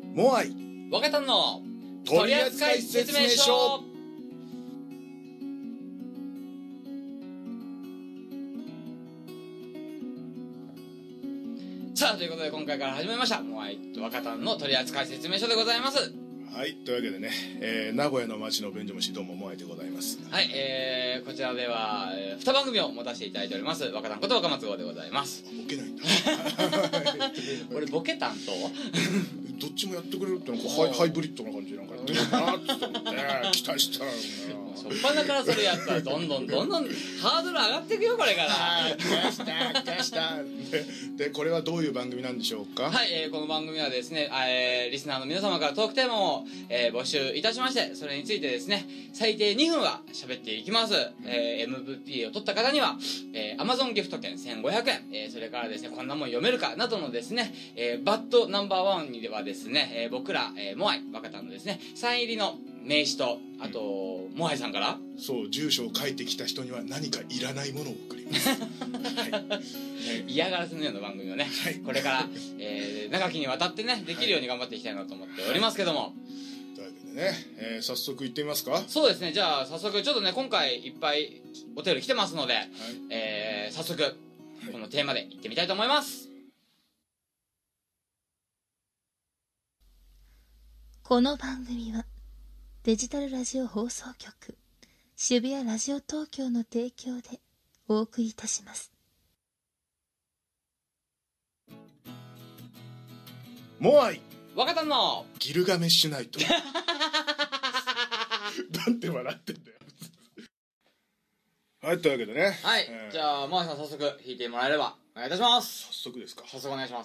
モアイ若旦の取扱説明書。 さあ、ということで今回から始めましたモアイと若旦の取扱説明書でございます。 はい、というわけでね、名古屋の町の便所虫どうもモアイでございます。 はい、こちらでは、2番組を持たせていただいております若旦こと若松号でございます。 ボケないんだ俺ボケ担当どっちもやってくれるってなんかハイブリッドな感じなんかやってるなって思って期待したらしょっぱなからそれやったらどんどんハードル上がっていくよこれから。 来ましたでこれはどういう番組なんでしょうか。 はい、この番組はですね、リスナーの皆様からトークテーマを、募集いたしまして、それについてですね最低2分は喋っていきます。MVP を取った方には、Amazon ギフト券1500円、それからですねこんなもん読めるかなどのですね、バッドナンバーワンにではですね、僕ら、モアイ若田のですねサイン入りの名刺と、あと、モアイさんからそう住所を書いてきた人には何かいらないものを送ります、はい、 嫌がらせのような番組をね、はい、これから、長きにわたってねできるように頑張っていきたいなと思っておりますけども、 というわけでね、早速行ってみますか。 そうですね、じゃあ早速ちょっとね今回いっぱいお便り来てますので、はい、早速このテーマで行ってみたいと思います。 この番組はデジタルラジオ放送局渋谷ラジオ東京の提供でお送りいたします。 モアイ若旦のギルガメッシュナイトなんて笑ってんだよはい、というわけでね、 はい、じゃあモアイさん早速弾いてもらえればお願いいたします。 早速ですか。 早速お願いします。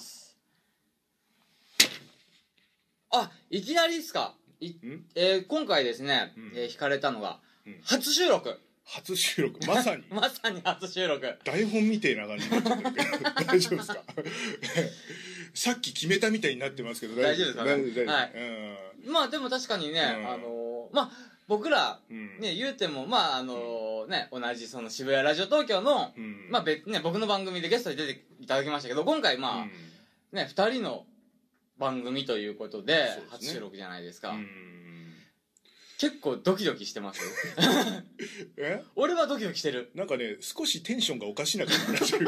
あ、いきなりですか。今回ですね、弾かれたのが、初収録まさにまさに初収録。 台本みてえな感じになっちゃってるけど大丈夫ですかさっき決めたみたいになってますけど大丈夫ですかね。はい、まあでも確かにね、まあ僕らね、言うてもまあね、同じその渋谷ラジオ東京の、まあ別ね僕の番組でゲストに出ていただきましたけど、今回まあね2人の番組ということで初収録じゃないですか。結構ドキドキしてます俺はドキドキしてる。 なんかね少しテンションがおかしな感じになっちゃう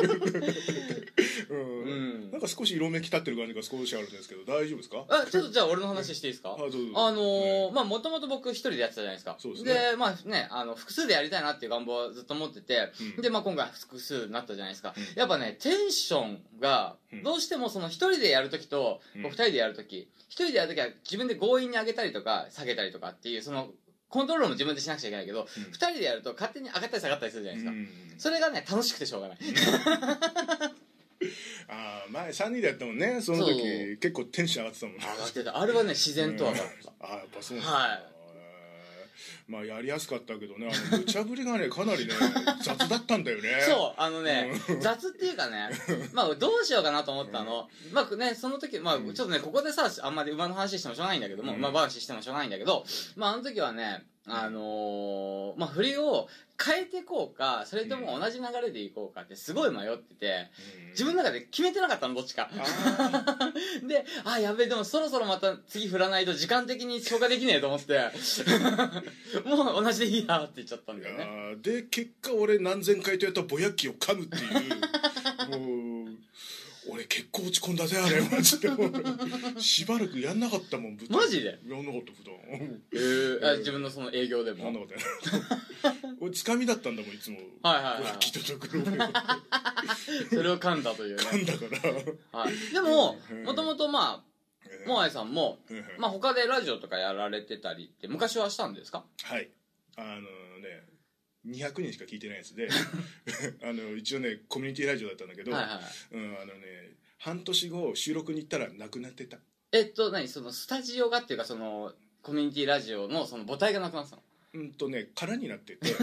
なんか少し色めき立ってる感じが少しあるんですけど大丈夫ですか。 ちょっとじゃあ俺の話していいですか。まあもともと僕一人でやってたじゃないですか。 そうですね。 でまあね複数でやりたいなっていう願望はずっと持ってて、でまあ今回複数になったじゃないですか。やっぱねテンションがどうしてもその一人でやるときと二人でやるとき、一人でやるときは自分で強引に上げたりとか下げたりとかっていうそのコントロールも自分でしなくちゃいけないけど、二人でやると勝手に上がったり下がったりするじゃないですか。それがね楽しくてしょうがない前3人でやったもんね。その時結構テンション上がってたもんね。 上がってた。あれはね自然と上がった。 やっぱそうなんだ。 はい。 まあやりやすかったけどね、無茶ぶりがねかなりね雑だったんだよね。 そう雑っていうかねまあどうしようかなと思ったの、まあねその時まあちょっとねここでさあんまり馬の話してもしょうがないんだけども、まあ話してもしょうがないんだけど、まああの時はねまあ振りを変えていこうかそれとも同じ流れでいこうかってすごい迷ってて、自分の中で決めてなかったのどっちかでやべえでもそろそろまた次振らないと時間的に消化できねえと思ってもう同じでいいやって言っちゃったんだよね。 で結果俺何千回とやったぼやきを噛むっていうもう俺結構落ち込んだぜあれマジでしばらくやんなかったもん。 マジでやんなかった普段自分のその営業でもやんなかったよ俺つかみだったんだもんいつも。 はい聞いたところそれを噛んだというね。 噛んだから、 はい、でももともとまあモアイさんもまあ他でラジオとかやられてたりって昔はしたんですか。 はい200人しか聞いてないやつで一応ねコミュニティラジオだったんだけど、半年後収録に行ったらなくなってた。 何そのスタジオがっていうかそのコミュニティラジオのその母体がなくなってたの。 空になってて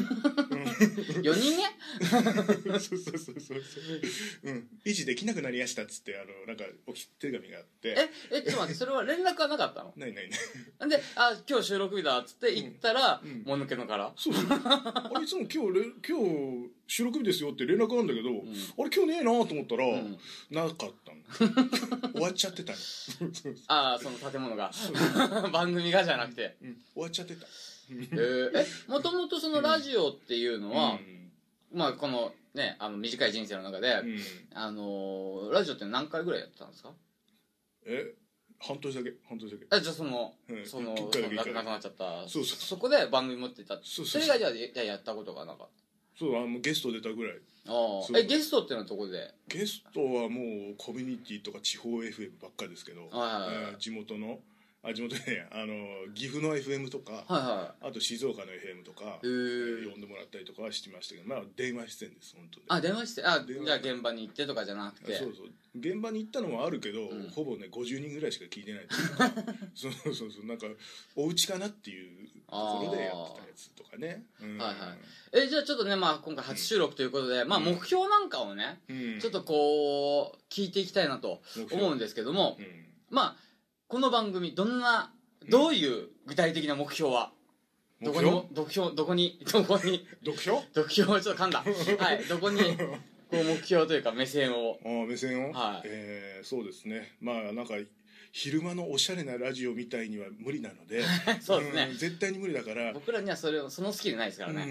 4人ねそう、維持できなくなりやしたっつってなんか置き手紙があって、 ちょっと待って、それは連絡はなかったの？ ないで、今日収録日だっつって行ったら、もぬけの殻。 そうあれいつも今日収録日ですよって連絡あるんだけど、あれ今日ねえなと思ったら、なかったの終わっちゃってたのその建物が番組がじゃなくて、 終わっちゃってた。 もともとそのラジオっていうのは、まあこのね短い人生の中で、ラジオって何回ぐらいやってたんですか？ 半年だけ。 じゃあそのなくなっちゃった。そこで番組持ってた。それがじゃあやったことがなかった。 そう、ゲスト出たぐらい。 ゲストっていうのはどこで？ ゲストはもうコミュニティとか地方 FM ばっかですけど、地元ね、岐阜の FM とか、あと静岡の FM とか呼んでもらったりとかはしてましたけど、電話出演です、本当に。電話出演。 じゃあ現場に行ってとかじゃなくて。 そう現場に行ったのもあるけど、ほぼね50人ぐらいしか聞いてないというかそうなんかお家かなっていうところでやってたやつとかね。 じゃあちょっとね、今回初収録ということで、目標なんかをね、ちょっとこう聞いていきたいなと思うんですけども、この番組どういう具体的な目標はどこにちょっと噛んだどこにこう目標というか目線をそうですね、なんか昼間のおしゃれなラジオみたいには無理なのでそうですね、 絶対に無理だから僕らにはそのスキルないですからね。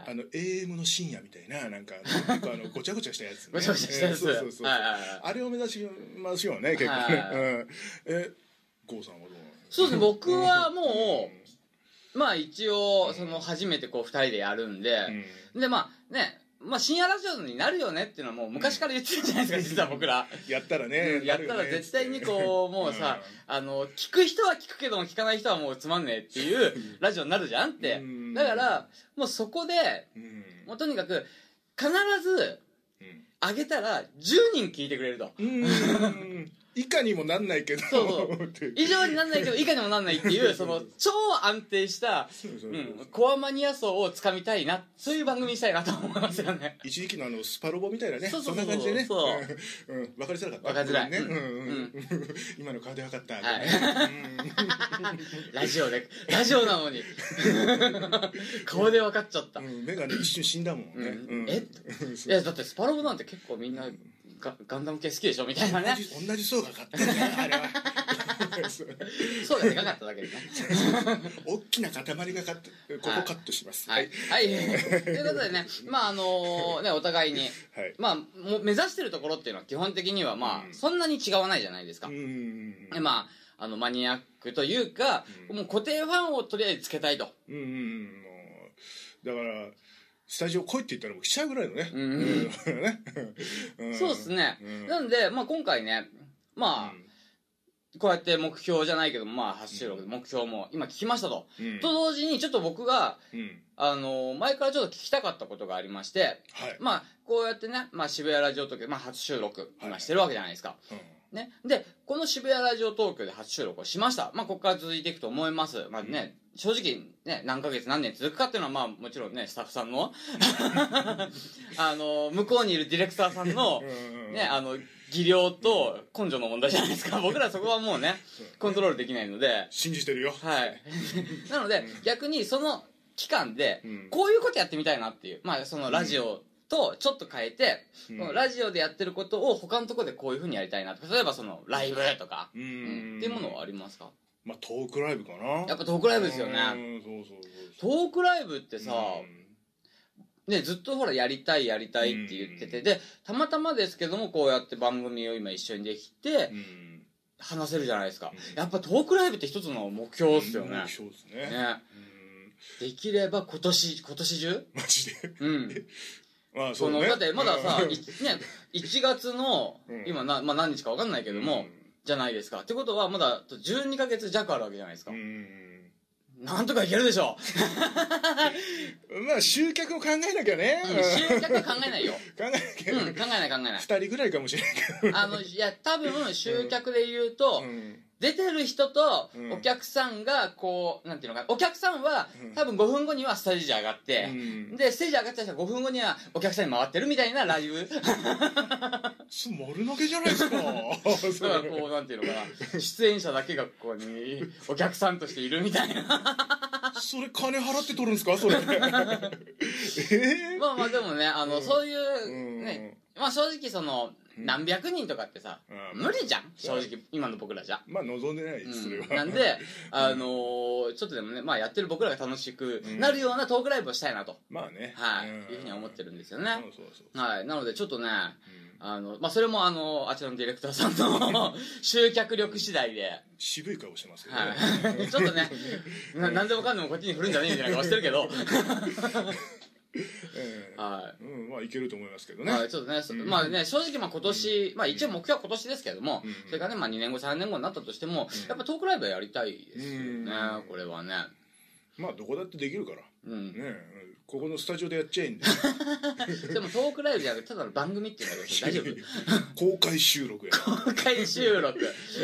AM の深夜みたいななんかごちゃごちゃしたやつ、 ごちゃごちゃしたやつ、 あれを目指しましょうね、結構ね。郷さんはどう？ そうですね、僕はもう一応初めてこう2人でやるんで、で深夜ラジオになるよねっていうのはもう昔から言ってるじゃないですか、実は僕らやったらね、 やったら絶対にこうもうさ、聞く人は聞くけども聞かない人はもうつまんねえっていうラジオになるじゃんって。だからもうそこでもうとにかく必ずあげたら10人聞いてくれると。 以下にもなんないけど以上になんないけど以下にもなんないっていうその超安定したコアマニア層をつかみたいな、そういう番組にしたいなと思いますよね。 一時期のスパロボみたいなね、そんな感じでね、分かりづらかった。 分かりづらいね。 今の顔で分かった。 ラジオなのに顔で分かっちゃった。 目がね一瞬死んだもんね。 いやだってスパロボなんて結構みんなガンダム系好きでしょみたいなね。 同じ層が買ったんだよあれは。 層がでかかっただけでね。 大きな塊が買ってここカットします。 はい。ということでね、お互いに目指してるところっていうのは基本的にはそんなに違わないじゃないですか。マニアックというかもう固定ファンをとりあえずつけたいと。 だからスタジオ来いって言ったらもう来ちゃうぐらいのね。 そうですね。なんで今回ねこうやって目標じゃないけど初収録で目標も今聞きましたと。と同時にちょっと僕が前からちょっと聞きたかったことがありまして、こうやってね渋谷ラジオ東京初収録今してるわけじゃないですか。でこの渋谷ラジオ東京で初収録をしました。ここから続いていくと思います。正直ね何ヶ月何年続くかっていうのはもちろんねスタッフさんの向こうにいるディレクターさんのね技量と根性の問題じゃないですか。僕らそこはもうねコントロールできないので信じてるよ。 なので逆にその期間でこういうことやってみたいなっていうそのラジオとちょっと変えて、このラジオでやってることを他のところでこういう風にやりたいなとか、例えばそのライブとかっていうものはありますか？ トークライブかな。 やっぱトークライブですよね。トークライブってさね、ずっとほらやりたいって言ってて、でたまたまですけどもこうやって番組を今一緒にできて話せるじゃないですか。やっぱトークライブって一つの目標ですよね。 目標ですね。 できれば今年中マジでだってまださ1月の今何日か分かんないけどもじゃないですか。ってことはまだ12ヶ月弱あるわけじゃないですか。なんとかいけるでしょ集客を考えなきゃね。 集客は考えないよ。 考えなきゃ考えない。 2人ぐらいかもしれないけどいや多分集客で言うと出てる人とお客さんがこう、なんていうのかな、お客さんは多分5分後にはステージ上がって、でステージ上がった人は5分後にはお客さんに回ってるみたいなライブ丸投げじゃないですか。だからこう、なんていうのかな、出演者だけがここにお客さんとしているみたいなそれ金払って撮るんですかそれまあまあでもね、そういうね、まあ正直その何百人とかってさ、無理じゃん正直今の僕らじゃ。 まあ望んでないそれは、 なんでちょっとでもね、まあやってる僕らが楽しくなるようなトークライブをしたいなと、 まあね、 はいいうふうには思ってるんですよね。 そうはい。なのでちょっとね、まあそれもあちらのディレクターさんの集客力次第で渋い顔してますけどね、はい、ちょっとね何でもかんでもこっちに振るんじゃねえみたいな顔してるけどはい、まあいけると思いますけどね。 ちょっとね、まあね、正直まあ今年、まあ一応目標は今年ですけども、それからね、まあ2年後3年後になったとしても、やっぱトークライブはやりたいですよね、これはね。 まあどこだってできるからね、ここのスタジオでやっちゃえんででもトークライブじゃなくてただの番組っていうんだけど大丈夫公開収録や公開収録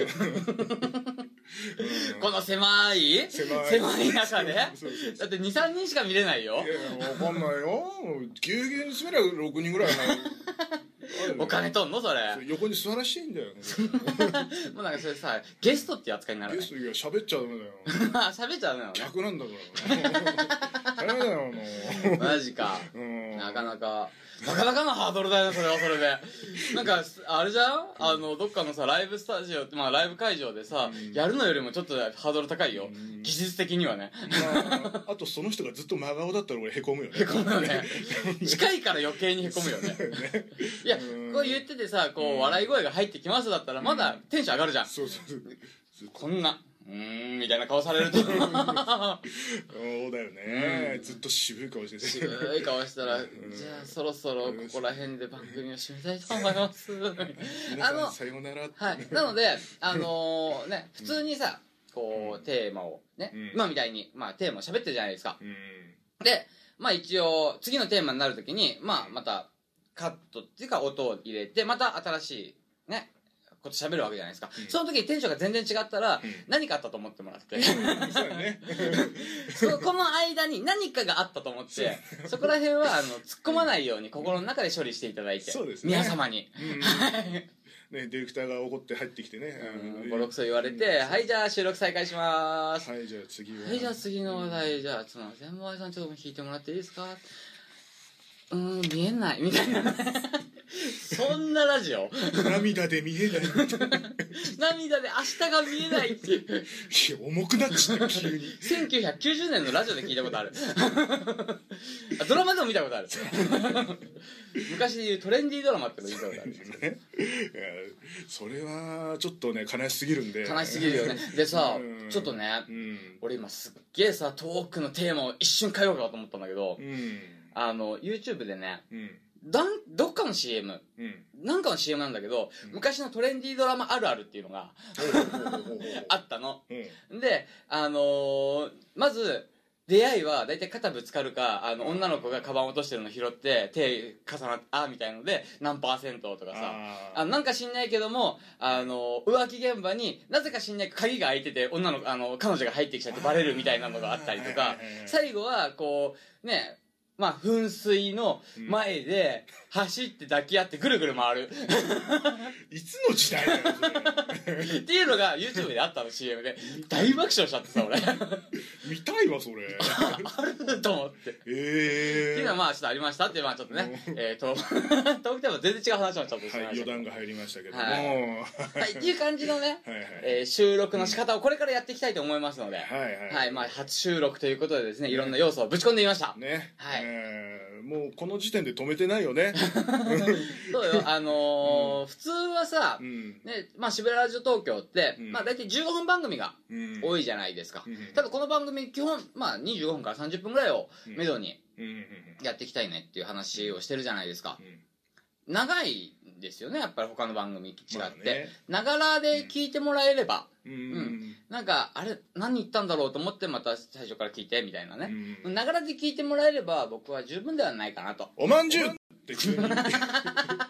この狭い中でだって 2,3 人しか見れないよ。 いや分かんないよぎゅうぎゅうに詰めりゃ6人ぐらいお金とんのそれ横に座らしていいんだよもうなんかそれさゲストって扱いになる。 ゲストいや喋っちゃダメだよ喋っちゃダメなのね。 客なんだからダメだよもうマジかなかなかのハードルだよねそれはそれでなんかあれじゃんどっかのさライブスタジオまあライブ会場でさやるのよりもちょっとハードル高いよ技術的にはね。 あとその人がずっと真顔だったら俺へこむよね。 へこむよね近いから余計にへこむよねいやこう言っててさこう笑い声が入ってきますだったらまだテンション上がるじゃん。そうこんなみたいな顔されるとそうだよね、ずっと渋い顔して渋い顔したらじゃあそろそろここら辺で番組を締めたいと思います皆さんさようなら。 はいなのでね普通にさこうテーマをね今みたいにまあテーマを喋ってるじゃないですか。でまあ一応次のテーマになるときにまあまたカットっていうか音を入れてまた新しいねこと喋るわけじゃないですか、その時にテンションが全然違ったら、何かあったと思ってもらってそうねこの間に何かがあったと思ってそこら辺は突っ込まないように心の中で処理していただいて、そうですね、皆様に、 ね、ディレクターが怒って入ってきてねボロクソ言われて、はいじゃあ収録再開しますはいじゃあ次ははいじゃあ次の話題じゃあすみませんモアイさんちょっと弾いてもらっていいですか見えないみたいなそんなラジオ涙で見えない涙で明日が見えないっていういや重くなっちゃった急に 1990年のラジオで聞いたことあるドラマでも見たことある昔で言うトレンディードラマっての見たことある、ね、いやそれはちょっとね悲しすぎるんで悲しすぎるよねでさちょっとね、俺今すっげえさトークのテーマを一瞬変えようかと思ったんだけど、YouTube でね、どっかの CM、なんかの CM なんだけど、昔のトレンディードラマあるあるっていうのがあったの、でまず出会いは大体肩ぶつかるか女の子がカバン落としてるの拾って手重なってみたいので何%とかさなんか知んないけども浮気現場になぜか知んない鍵が開いてて彼女が入ってきちゃってバレるみたいなのがあったりとか最後はこうねまあ噴水の前で走って抱き合ってぐるぐる回るいつの時代だよそれっていうのが YouTube であったの CM で大爆笑しちゃってさ俺見たいわそれあると思ってっていうのはまあちょっとありましたってまあちょっとねトークテーマ全然違う話になっちゃってしまいました、 余談が入りましたけどもはいっていう感じのね収録の仕方をこれからやっていきたいと思うよまあ初収録ということでですねいろんな要素をぶち込んでみましたねもうこの時点で止めてないよねそうよ普通はさねまあ渋谷ラジオ東京ってまあ大体15分番組が多いじゃないですかただこの番組基本まあ25分から30分ぐらいをめどにやっていきたいねっていう話をしてるじゃないですか長いですよねやっぱり他の番組違ってながらで聞いてもらえればなんかあれ何言ったんだろうと思ってまた最初から聞いてみたいなねながらで聞いてもらえれば僕は十分ではないかなとおまんじゅうって急に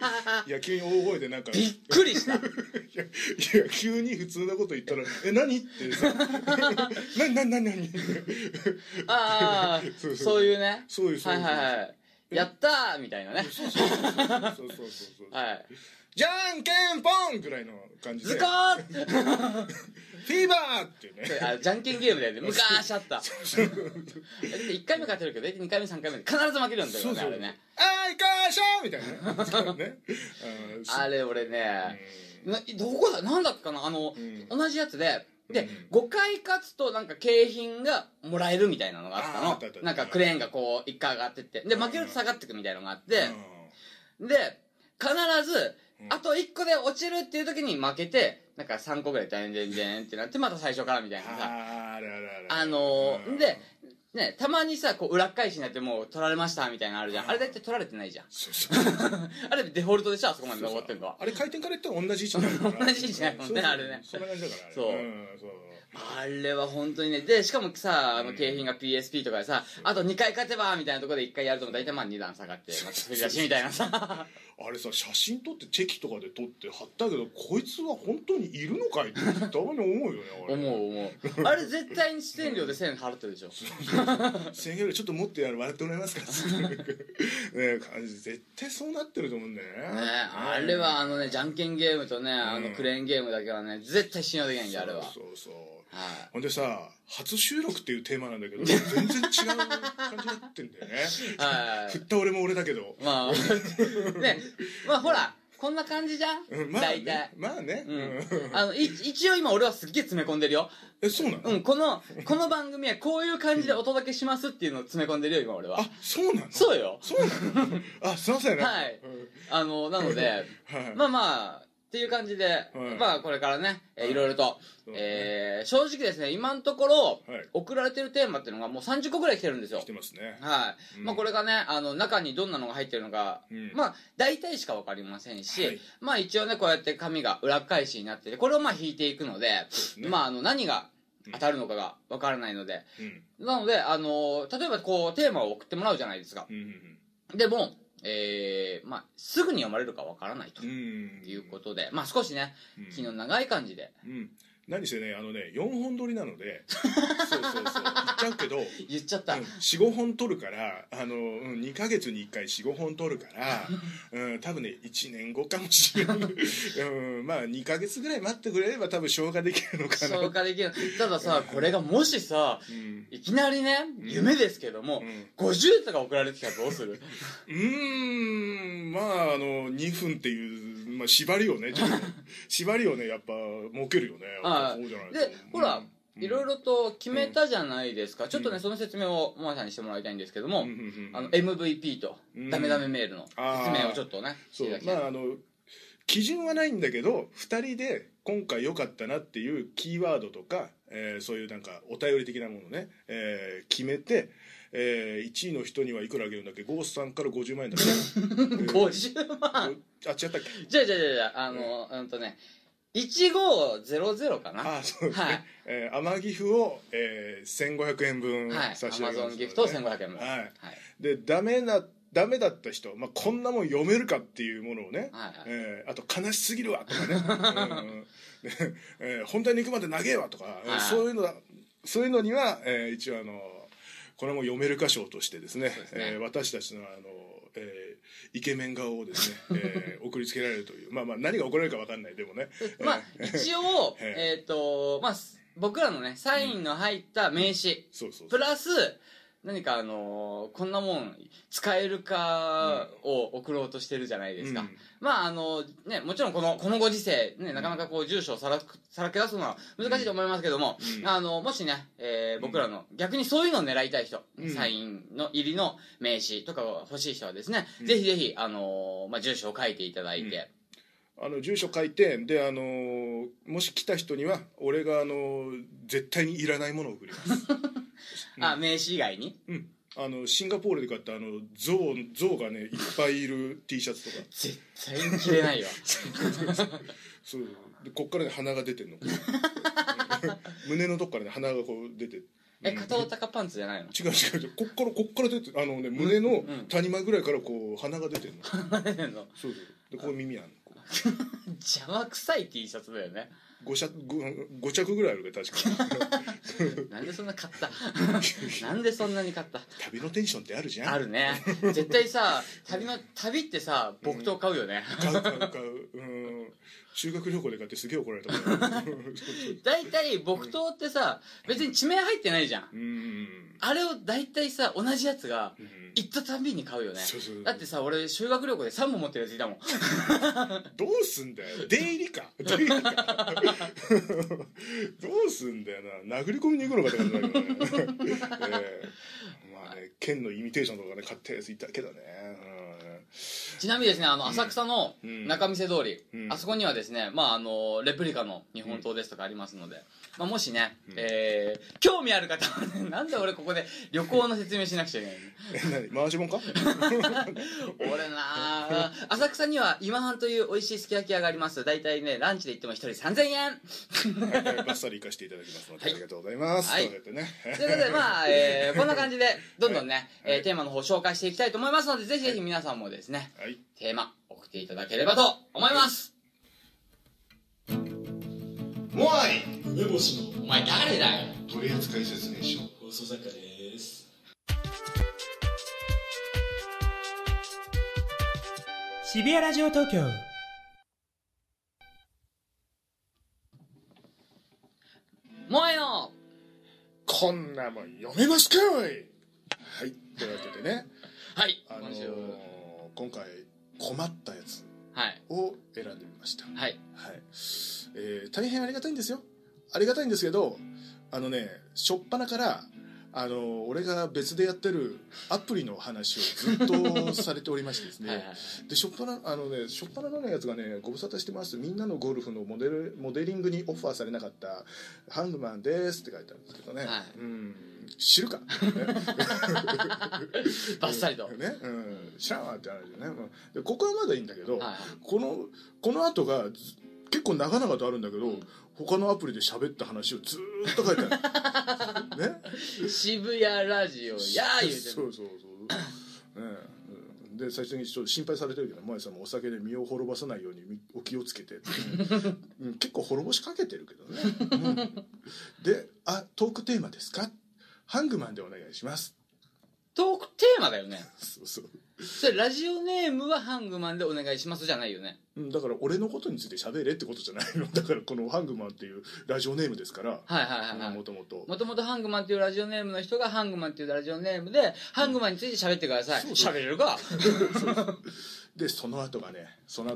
いや急に大声でなんかびっくりしたいや急に普通のこと言ったら「何?」ってさ「何?」 ああそういうねそういうはいはいはいやったーみたいなねそうはいじゃんけんぽんぐらいの感じでズコーフィーバーっていうねじゃんけんゲームだよね昔あった1回目勝てるけど2回目3回目で必ず負けるんだよねあれねあいこうしょみたいなねあれ俺ねどこだなんだっけかな同じやつで5回勝つとなんか景品がもらえるみたいなのがあったのなんかクレーンがこう1回上がってってで負けると下がってくみたいなのがあってで必ずあと1個で落ちるっていう時に負けてなんか3個ぐらいでんでんでんってなってまた最初からみたいなさでねたまにさこう裏返しになってもう取られましたみたいなのあるじゃんあれだいたい取られてないじゃんあれデフォルトでしょあそこまで残ってるのはあれ回転から言ったら同じ位置になるから同じ位置になるもんねあれねそんな感じだからそうあれは本当にねでしかもさ景品が PSP とかでさあと2回勝てばみたいなところで1回やると大体2段下がってまた振り出しみたいなさあれさ写真撮ってチェキとかで撮って貼ったけどこいつは本当にいるのかいってたまに思うよね思うあれ絶対に出演料で1000円払ってるでしょ 1000円よりちょっと持って笑ってもらえますかね感じ絶対そうなってると思うんだよねあれはじゃんけんゲームとねクレーンゲームだけはね絶対信用できないんだあれはそうほんでさ初収録っていうテーマなんだけど全然違う感じになってんだよね振った俺も俺だけどまあほらこんな感じじゃん大体まあね一応今俺はすっげえ詰め込んでるよそうなのこの番組はこういう感じでお届けしますっていうのを詰め込んでるよ今俺はそうなのそうよそうなのすいませんねはいなのでまあっていう感じでまあこれからねいろいろと正直ですね今のところ送られてるテーマっていうのがもう30個ぐらい来てるんですよ来てますねはいまあこれがね中にどんなのが入ってるのかまあ大体しか分かりませんしまあ一応ねこうやって紙が裏返しになっててこれをまあ引いていくのでまあ何が当たるのかが分からないのでなので例えばこうテーマを送ってもらうじゃないですかでもまあすぐに読まれるかわからないということでまあ少しね気の長い感じで何せね4本撮りなのでそう言っちゃうけど言っちゃった 45本撮るから2ヶ月に1回45本撮るから多分ね1年後かもしれないまあ2ヶ月ぐらい待ってくれれば多分消化できるのかな消化できるたださこれがもしさいきなりね夢ですけども50とか送られてきたらどうするまあ2分っていう、縛りをねやっぱ設けるよねでほらいろいろと決めたじゃないですかちょっとねその説明をもあさんにしてもらいたいんですけどもMVP とダメダメメールの説明をちょっとね基準はないんだけど2人で今回良かったなっていうキーワードとかそういうなんかお便り的なものをね決めて1位の人にはいくらあげるんだっけゴースさんから50万円だっけ 50万違ったっけじゃあね1500かなそうですね天岐阜を1500円分差し上げますアマゾンギフトを1500円分でダメだった人こんなもん読めるかっていうものをねあと悲しすぎるわとかね本題に行くまで長えわとかそういうのには一応これも読めるか賞としてですね私たちのイケメン顔をですね送りつけられるという何が起こられるか分かんないでもね一応僕らのねサインの入った名刺プラス何かこんなもん使えるかを送ろうとしてるじゃないですかねもちろんこのご時世ねなかなかこう住所をさらけ出すのは難しいと思いますけどももしね僕らの逆にそういうのを狙いたい人サインの入りの名刺とかが欲しい人はですねぜひぜひ住所を書いていただいて住所書いてでもし来た人には俺が絶対にいらないものを送ります名刺以外にシンガポールで買った象がねいっぱいいる T シャツとか絶対に着れないよそうでこっからね鼻が出てんの胸のとこからね鼻がこう出て片おたかパンツじゃないの？ 違うこっから出て胸の谷間ぐらいからこう鼻が出てるの。 鼻出てんの？ そうでこう耳あんの。 邪魔くさい T シャツだよね。 5着ぐらいあるから確かに。なんでそんな買ったなんでそんなに買った？ 旅のテンションってあるじゃん。 あるね。絶対さ旅ってさ木刀買うよね。 買う修学旅行で買ってすげえ怒られた。 大体木刀ってさ別に地名入ってないじゃん。あれを大体さ同じやつが行ったたびに買うよね。だってさ俺修学旅行で3本持ってるやついたもん。 どうすんだよ出入りかどうすんだよな、殴り込みに行くのかって感じだけどね。まあね剣のイミテーションとかね買ったやついたけどね。 ちなみにですね浅草の仲見世通り、あそこにはですねレプリカの日本刀ですとかありますので、もしね、興味ある方はね、なんで俺ここで旅行の説明しなくちゃいけないの？ 回しもんか？ 俺な浅草には今半という美味しいすき焼き屋があります。大体ねランチで行っても1人3000円バッサリ行かせていただきますので、ありがとうございます。 はい、ということでこんな感じでどんどんね、テーマの方紹介していきたいと思いますので、ぜひぜひ皆さんもですね、テーマ送っていただければと思います。 モアイ梅干しのお前誰だよ。 取扱説明書放送作家です。 渋谷ラジオ東京。 モアイのこんなもん読めますかおい。はいというわけでね、 はい、 今回困ったやつを選んでみました。 はい、 大変ありがたいんですよ。ありがたいんですけど、初っ端から俺が別でやってるアプリの話をずっとされておりましてですね。で初っ端のやつがね、ご無沙汰してます。みんなのゴルフのモデリングにオファーされなかったハングマンですって書いてあるんですけどね。知るかバッサリとね、知らんわって話でね。でここはまだいいんだけど、この後が結構長々とあるんだけど、他のアプリで喋った話をずーっと書いてあるね。 渋谷ラジオやー言うてる。 そうで最初にちょっと心配されてるけど、萌さんもお酒で身を滅ぼさないようにお気をつけて、結構滅ぼしかけてるけどね。で、トークテーマですか？ハングマンでお願いします。 トークテーマだよね。 そうそれラジオネームはハングマンでお願いしますじゃないよね。 だから俺のことについて喋れってことじゃないの。だからこのハングマンっていうラジオネームですから。もともとハングマンっていうラジオネームの人がハングマンっていうラジオネームでハングマンについて喋ってください。喋れるか。 でその後がね、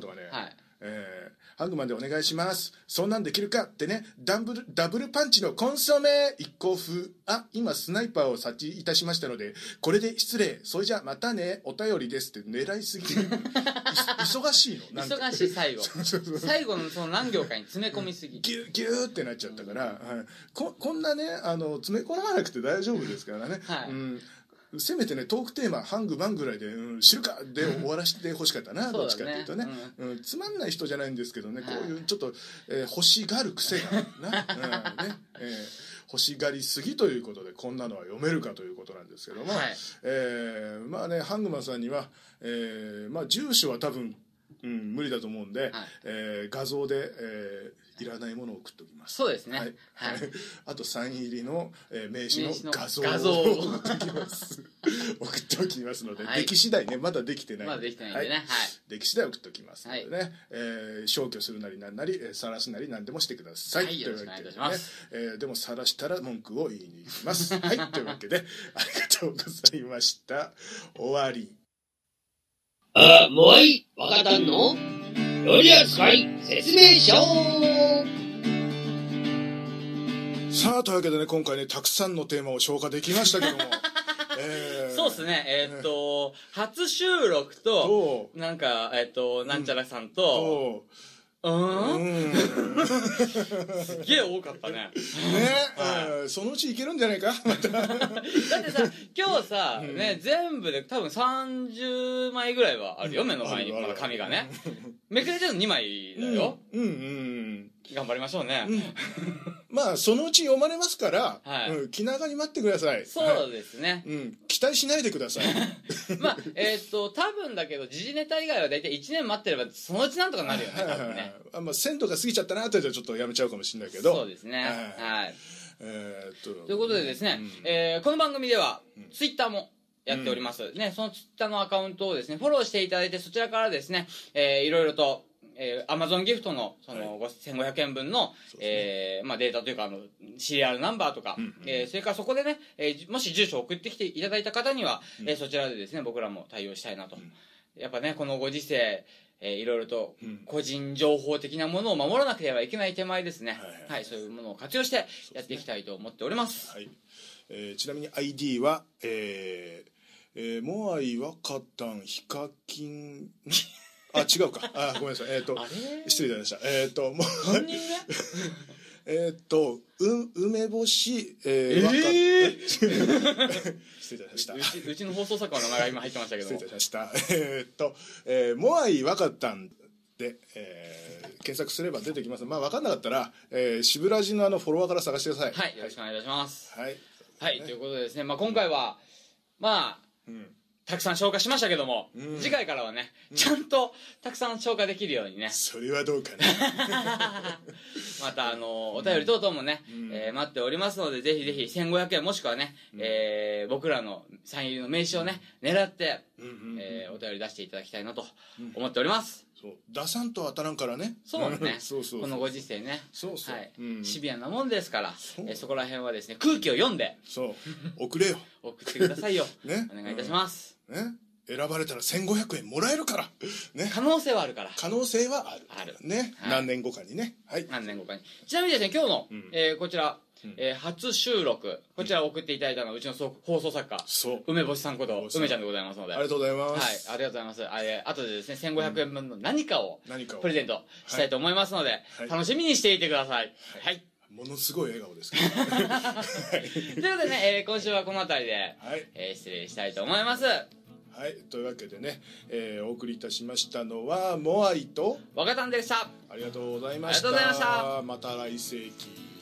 ハングマンでお願いします。そんなんできるかってね、ダブルパンチのコンソメ一行風。今スナイパーを察知いたしましたので、これで失礼。それじゃまたね、お便りですって狙いすぎ。忙しいの。 忙しい最後。最後のその何行かに詰め込みすぎ。 ギューってなっちゃったから、こんなね、詰め込まなくて大丈夫ですからね。せめてねトークテーマハングマンぐらいで、知るかで終わらせてほしかったな。どっちかっていうとね、つまんない人じゃないんですけどね、こういうちょっと、欲しがる癖があるな。欲しがりすぎということで、こんなのは読めるかということなんですけども、まあね、ハングマンさんには、住所は多分無理だと思うんで、画像で、いらないものを送っておきます。 そうですね。 あとサイン入りの、名刺の画像を送っておきます。送っておきますので、でき次第ね、まだできてない。 まだできてないんでね。 でき次第送っておきますのでね、消去するなりなんなり、晒すなりなんでもしてください。 よろしくお願いいたします。 でも晒したら文句を言いに行きます。はい、というわけでありがとうございました。終わり。 もういわかったの？取扱説明書。 さあというわけでね、今回ねたくさんのテーマを消化できましたけどもそうですね。初収録となんかなんちゃらさんとすげえ多かったね。ね、 そのうちいけるんじゃないかまた。だってさ、今日さ、ね、全部で多分30枚ぐらいはあるよ、目の前に、まだ紙がね。めくれてるの2枚だよ。頑張りましょうね。 まあ、そのうち読まれますから、気長に待ってください。 そうですね。 期待しないでください。 まあ、多分だけど、時事ネタ以外は大体1年待ってれば、そのうちなんとかなるよね、多分ね。 まあ、1000とか過ぎちゃったなとちょっとやめちゃうかもしれないけど。 そうですね。はい。ということでですね、この番組では、ツイッターもやっております。ね、そのツイッターのアカウントをですね、フォローしていただいて、そちらからですね、いろいろと、Amazon ギフトの、1500円分の、まあ、データというか、シリアルナンバーとか、それからそこでね、もし住所を送ってきていただいた方には、そちらでですね、僕らも対応したいなと。やっぱね、このご時世、いろいろと個人情報的なものを守らなければいけない手前ですね。はい、そういうものを活用してやっていきたいと思っております。 はい。ちなみに ID は、モアイワカタンヒカキン、あ、違うか。ごめんなさい。失礼いたしました。 何人目梅干し、失礼いたしました。 うちの放送作家の名前が今入ってましたけど。 失礼いたしました。モアイワカタンで、検索すれば出てきます。まあ、分かんなかったら、シブラジのフォロワーから探してください。 はい、よろしくお願いいたします。 はい。 はい、ということでですね、まあ、今回は、まあ、たくさん消化しましたけども、次回からはね、ちゃんとたくさん消化できるようにね。 それはどうかな。 またお便り等々もね、待っておりますので、ぜひぜひ1500円もしくはね、僕らのサイン入りの名刺をね、狙って、お便り出していただきたいなと思っております。 そう出さんと当たらんからね。 そうね。このご時世ね。 そうそう。 シビアなもんですから、そこら辺はですね、空気を読んで。 そう。送れよ。 送ってくださいよ。ね。お願いいたします。 ね。選ばれたら1500円もらえるから。ね。 可能性はあるから。 可能性はある。 ある。 ね。何年後かにね。はい。 何年後かに。ちなみにですね、今日の、こちら、初収録、こちらを送っていただいたのはうちの放送作家、梅干しさんこと梅ちゃんでございますので、 ありがとうございます。 はい、ありがとうございます。あとでですね、1500円分の何かをプレゼントしたいと思いますので、楽しみにしていてください。はい。 ものすごい笑顔ですけど。ということでね、今週はこの辺りで、失礼したいと思います。 はい、というわけでね、お送りいたしましたのはモアイと若旦でした。 ありがとうございました。 ありがとうございました。 また来世紀。